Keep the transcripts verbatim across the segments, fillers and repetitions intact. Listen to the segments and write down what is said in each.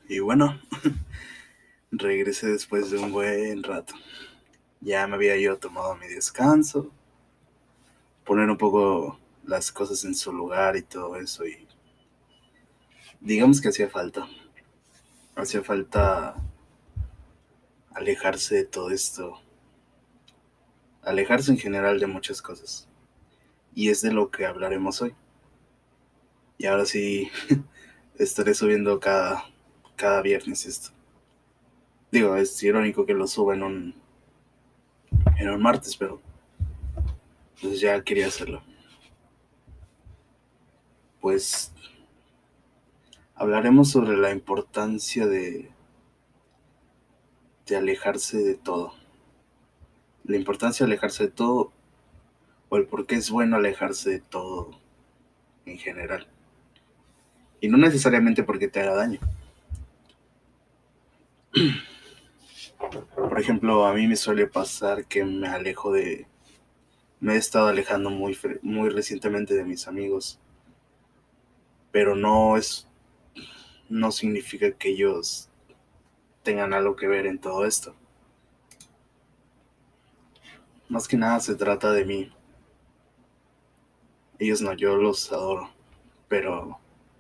Y bueno, regresé después de un buen rato. Ya me había yo tomado mi descanso, poner un poco las cosas en su lugar y todo eso. Y digamos que hacía falta. Hacía falta alejarse de todo esto. Alejarse en general de muchas cosas. Y es de lo que hablaremos hoy. Y ahora sí, estaré subiendo cada, cada viernes esto. Digo, es irónico que lo suba en un, en un martes, pero pues ya quería hacerlo. Pues hablaremos sobre la importancia de, de alejarse de todo. La importancia de alejarse de todo o el por qué es bueno alejarse de todo en general. Y no necesariamente porque te haga daño. Por ejemplo, a mí me suele pasar que me alejo de... Me he estado alejando muy, muy recientemente de mis amigos. Pero no es... No significa que ellos tengan algo que ver en todo esto. Más que nada se trata de mí. Ellos no, yo los adoro. Pero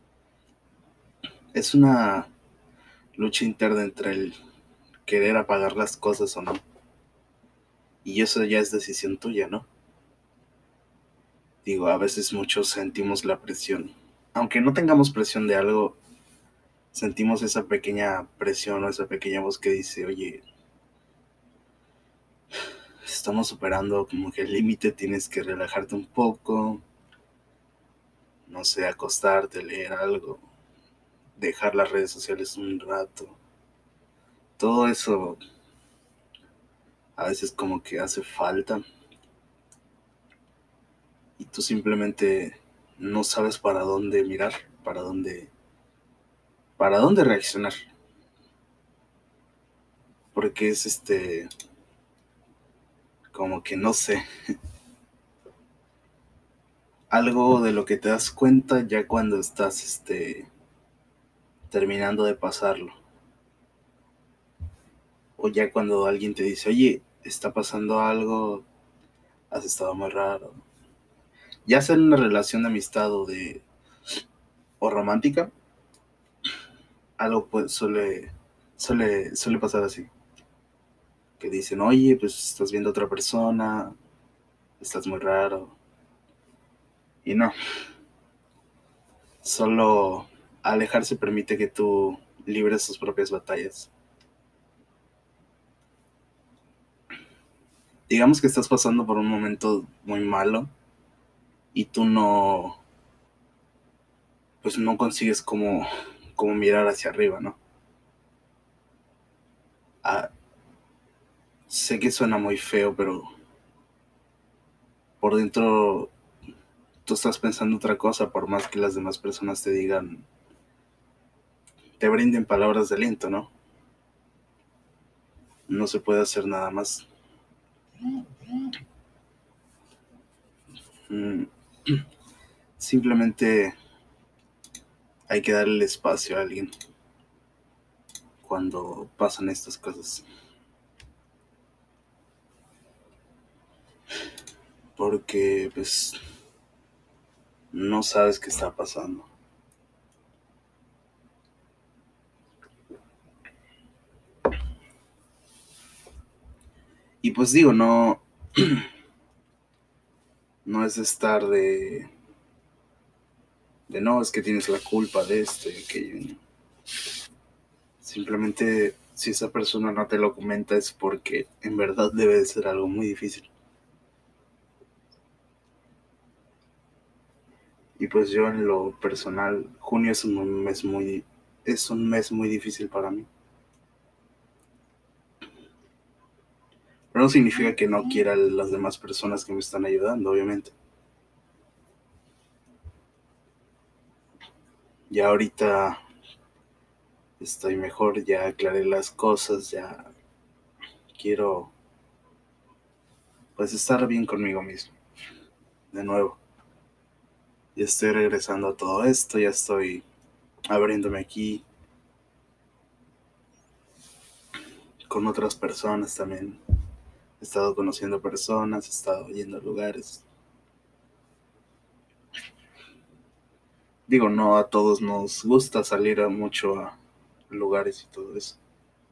es una lucha interna entre el querer apagar las cosas o no. Y eso ya es decisión tuya, ¿no? Digo, a veces muchos sentimos la presión. Aunque no tengamos presión de algo, sentimos esa pequeña presión o esa pequeña voz que dice, oye, estamos superando como que el límite, tienes que relajarte un poco, no sé, acostarte, leer algo, dejar las redes sociales un rato. Todo eso a veces como que hace falta y tú simplemente no sabes para dónde mirar, para dónde, para dónde reaccionar. Porque es este, como que no sé, algo de lo que te das cuenta ya cuando estás este, terminando de pasarlo. O ya cuando alguien te dice, oye, está pasando algo, has estado muy raro. Ya sea en una relación de amistad o de o romántica, algo pues suele, suele, suele pasar así. Que dicen, oye, pues estás viendo a otra persona, estás muy raro. Y no, solo alejarse permite que tú libres tus propias batallas. Digamos que estás pasando por un momento muy malo y tú no, pues no consigues como, como mirar hacia arriba, ¿no? Ah, sé que suena muy feo, pero por dentro tú estás pensando otra cosa, por más que las demás personas te digan, te brinden palabras de aliento, ¿no? No se puede hacer nada más. Mm, simplemente hay que darle espacio a alguien cuando pasan estas cosas. Porque pues no sabes qué está pasando. Y pues digo, no, no es estar de, de no, es que tienes la culpa de esto y aquello. Simplemente si esa persona no te lo comenta es porque en verdad debe de ser algo muy difícil. Y pues yo en lo personal, junio es un mes muy, es un mes muy difícil para mí. Pero no significa que no quiera a las demás personas que me están ayudando, obviamente. Ya ahorita estoy mejor, ya aclaré las cosas, ya quiero pues estar bien conmigo mismo. De nuevo, ya estoy regresando a todo esto, ya estoy abriéndome aquí, con otras personas también. He estado conociendo personas, he estado yendo a lugares. Digo, no a todos nos gusta salir a mucho a lugares y todo eso.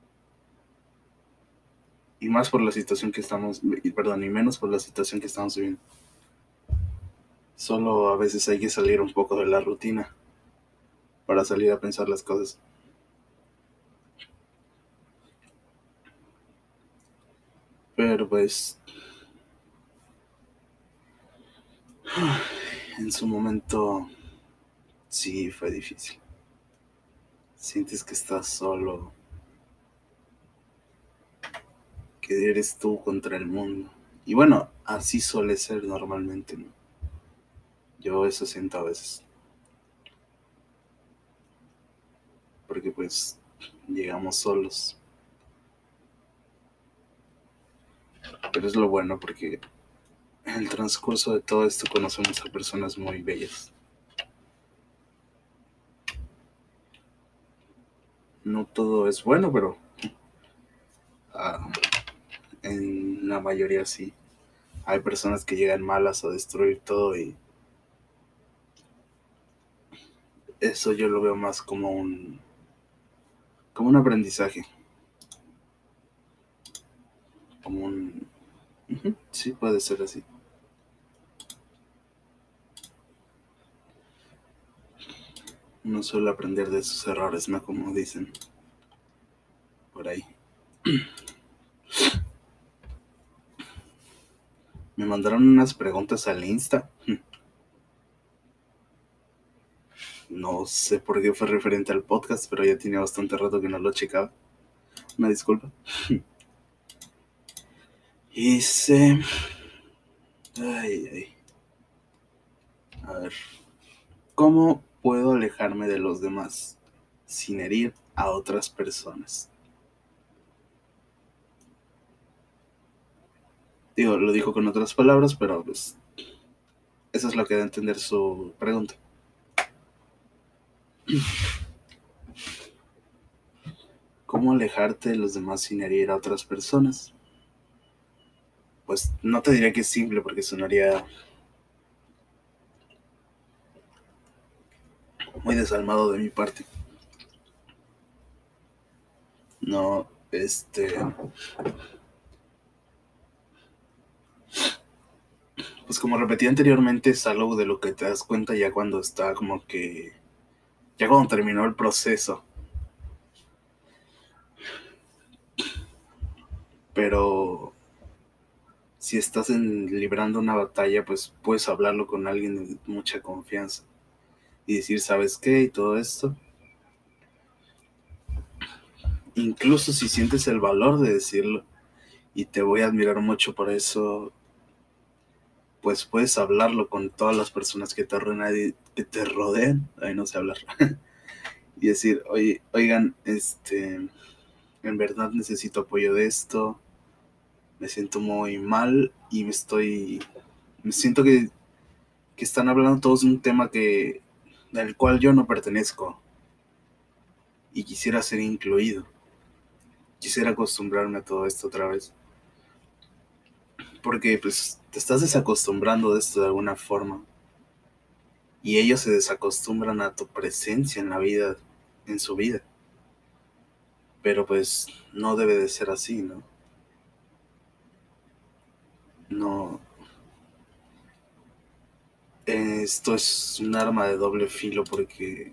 Y más por la situación que estamos, perdón, y menos por la situación que estamos viviendo. Solo a veces hay que salir un poco de la rutina para salir a pensar las cosas. Pero pues, en su momento sí fue difícil. Sientes que estás solo, que eres tú contra el mundo. Y bueno, así suele ser normalmente, ¿no? Yo eso siento a veces. Porque pues llegamos solos. Pero es lo bueno porque en el transcurso de todo esto conocemos a personas muy bellas. No todo es bueno, pero ah, en la mayoría sí. Hay personas que llegan malas a destruir todo y eso yo lo veo más como un como un aprendizaje, como un uh-huh, sí puede ser así. Uno suele aprender de sus errores, ¿no? Como dicen por ahí. Me mandaron unas preguntas al Insta. No sé por qué fue referente al podcast, pero ya tiene bastante rato que no lo checaba. Una disculpa. Y dice... Ay, ay. A ver. ¿Cómo puedo alejarme de los demás sin herir a otras personas? Digo, lo dijo con otras palabras, pero pues... Eso es lo que da a entender su pregunta. ¿Cómo alejarte de los demás sin herir a otras personas? Pues no te diría que es simple porque sonaría muy desalmado de mi parte. No, este... Pues como repetí anteriormente, es algo de lo que te das cuenta ya cuando está como que... Ya cuando terminó el proceso. Pero... Si estás en, librando una batalla, pues puedes hablarlo con alguien de mucha confianza. Y decir, ¿sabes qué? Y todo esto. Incluso si sientes el valor de decirlo. Y te voy a admirar mucho por eso. Pues puedes hablarlo con todas las personas que te rodean, que te rodean. Ay, no sé hablar. Y decir, oye, oigan, este, en verdad necesito apoyo de esto. Me siento muy mal y me estoy, me siento que, que están hablando todos de un tema que, del cual yo no pertenezco y quisiera ser incluido. Quisiera acostumbrarme a todo esto otra vez. Porque pues te estás desacostumbrando de esto de alguna forma. Y ellos se desacostumbran a tu presencia en la vida, en su vida. Pero pues no debe de ser así, ¿no? No. Esto es un arma de doble filo porque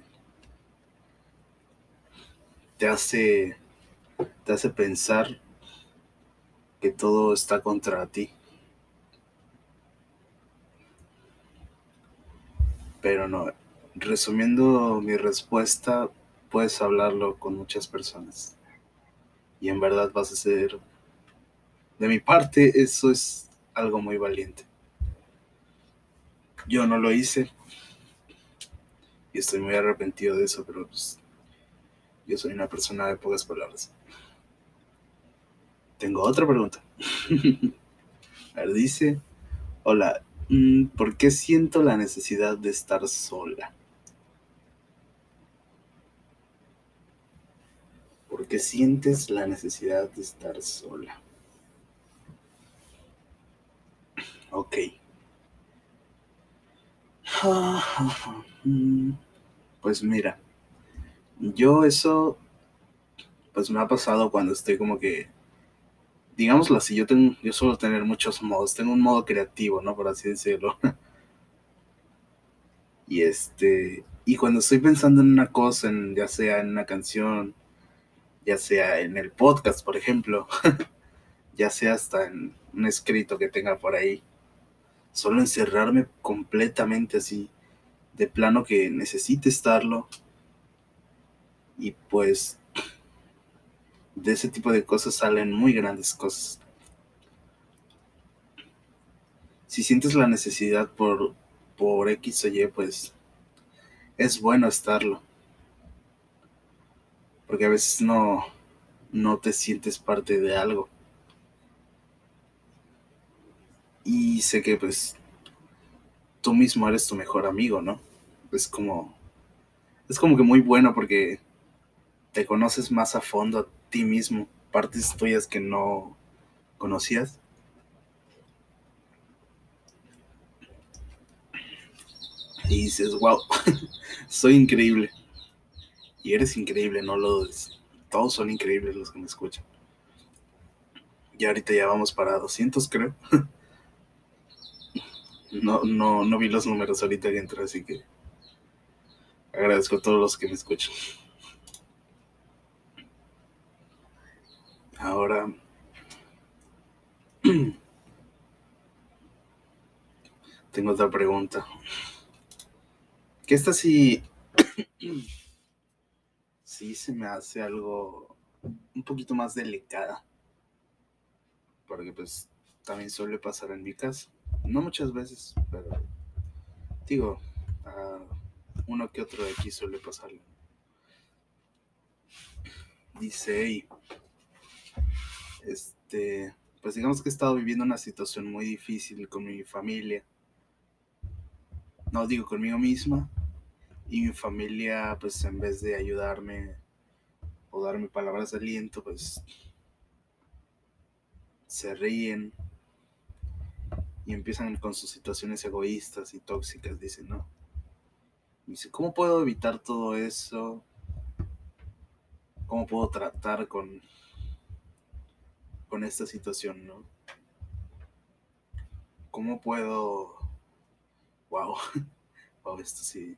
te hace, te hace pensar que todo está contra ti. Pero no. Resumiendo mi respuesta, puedes hablarlo con muchas personas. Y en verdad vas a ser... De mi parte, eso es algo muy valiente. Yo no lo hice y estoy muy arrepentido de eso, pero pues yo soy una persona de pocas palabras. Tengo otra pregunta. A ver, dice, hola, ¿por qué siento la necesidad de estar sola? ¿Por Porque sientes la necesidad de estar sola. Ok. Pues mira, yo eso, pues me ha pasado cuando estoy como que, digámoslo así, yo tengo, yo suelo tener muchos modos, tengo un modo creativo, ¿no? Por así decirlo. Y este, y cuando estoy pensando en una cosa, en, ya sea en una canción, ya sea en el podcast, por ejemplo, ya sea hasta en un escrito que tenga por ahí, solo encerrarme completamente así, de plano que necesite estarlo, y pues de ese tipo de cosas salen muy grandes cosas. Si sientes la necesidad por, por X o Y, pues es bueno estarlo, porque a veces no, no te sientes parte de algo. Y sé que pues tú mismo eres tu mejor amigo, ¿no? Es como, es como que muy bueno porque te conoces más a fondo a ti mismo, partes tuyas que no conocías. Y dices, wow, soy increíble. Y eres increíble, no lo dudes. Todos son increíbles los que me escuchan. Y ahorita ya vamos para doscientos, creo. No, no, no vi los números ahorita que entré, así que agradezco a todos los que me escuchan. Ahora, tengo otra pregunta. Que esta sí, sí se me hace algo un poquito más delicada. Porque pues también suele pasar en mi casa. No muchas veces, pero digo, a uno que otro de aquí suele pasarlo. Dice, hey, este, pues digamos que he estado viviendo una situación muy difícil con mi familia. No digo conmigo misma. Y mi familia, pues en vez de ayudarme o darme palabras de aliento, pues se ríen y empiezan con sus situaciones egoístas y tóxicas. Dicen, no. Dice, ¿cómo puedo evitar todo eso? ¿Cómo puedo tratar con, con esta situación, no? ¿Cómo puedo... Wow, wow, esto sí.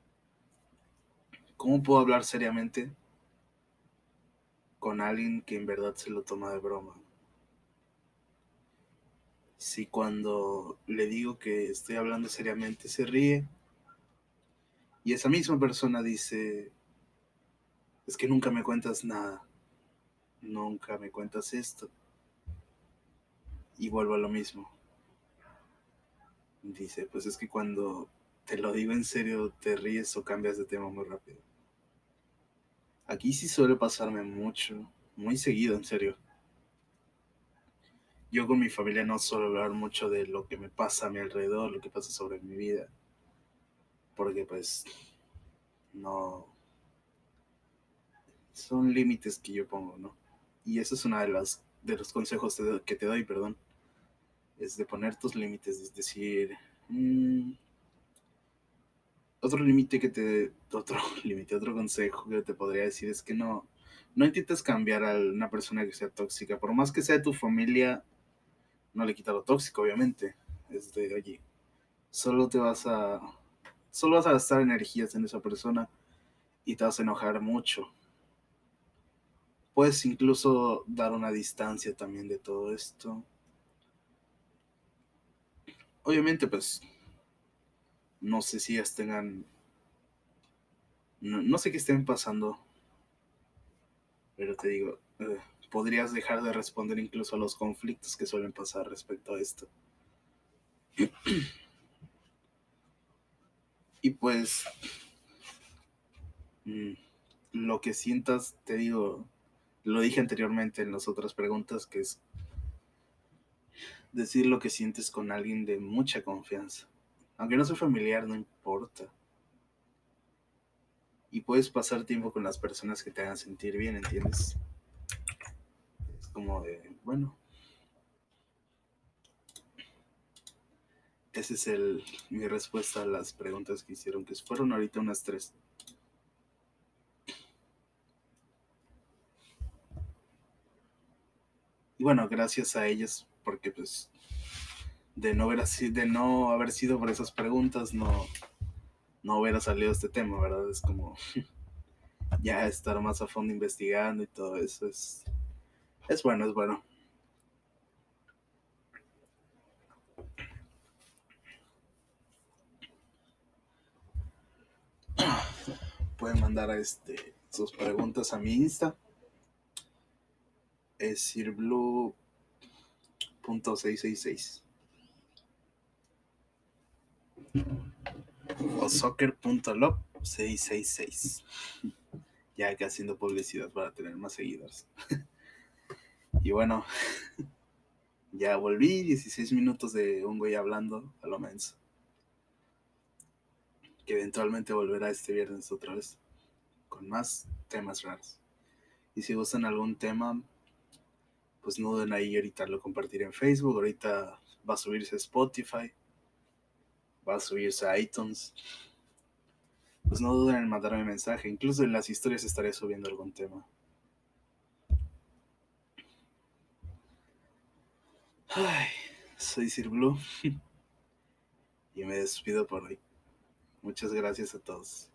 ¿Cómo puedo hablar seriamente con alguien que en verdad se lo toma de broma? Si cuando le digo que estoy hablando seriamente se ríe y esa misma persona dice, es que nunca me cuentas nada, nunca me cuentas esto, y vuelvo a lo mismo. Dice, pues es que cuando te lo digo en serio te ríes o cambias de tema muy rápido. Aquí sí suele pasarme mucho, muy seguido, en serio. Yo con mi familia no suelo hablar mucho de lo que me pasa a mi alrededor, lo que pasa sobre mi vida, porque pues no, son límites que yo pongo, ¿no? Y eso es una de las de los consejos te- que te doy, perdón, es de poner tus límites, es decir, mm, otro límite que te, otro límite, otro consejo que te podría decir es que no, no intentes cambiar a una persona que sea tóxica, por más que sea de tu familia, no le quita lo tóxico, obviamente, es de, oye, solo te vas a, solo vas a gastar energías en esa persona y te vas a enojar mucho. Puedes incluso dar una distancia también de todo esto. Obviamente, pues, no sé si ellas tengan, no, no sé qué estén pasando, pero te digo, eh, podrías dejar de responder incluso a los conflictos que suelen pasar respecto a esto. Y pues, mm, lo que sientas, te digo, lo dije anteriormente en las otras preguntas, que es decir lo que sientes con alguien de mucha confianza. Aunque no sea familiar, no importa. y puedes pasar tiempo con las personas que te hagan sentir bien, ¿entiendes? Es como de, bueno, esa es el, mi respuesta a las preguntas que hicieron, que fueron ahorita unas tres. Y bueno, gracias a ellas, porque pues de no haber, de no haber sido por esas preguntas, no, no hubiera salido este tema, ¿verdad? Es como ya estar más a fondo investigando y todo eso es, es bueno, es bueno. Pueden mandar a este, sus preguntas a mi Insta. Es sirblue punto seiscientos sesenta y seis o soccer punto lob seiscientos sesenta y seis. Ya que haciendo publicidad para tener más seguidores. Y bueno, ya volví, dieciséis minutos de un güey hablando a lo menos. Que eventualmente volverá este viernes otra vez con más temas raros. Y si gustan algún tema, pues no duden ahí, ahorita lo compartiré en Facebook, ahorita va a subirse a Spotify, va a subirse a iTunes. Pues no duden en mandarme mensaje, incluso en las historias estaré subiendo algún tema. Ay, soy Sir Blue y me despido por hoy. Muchas gracias a todos.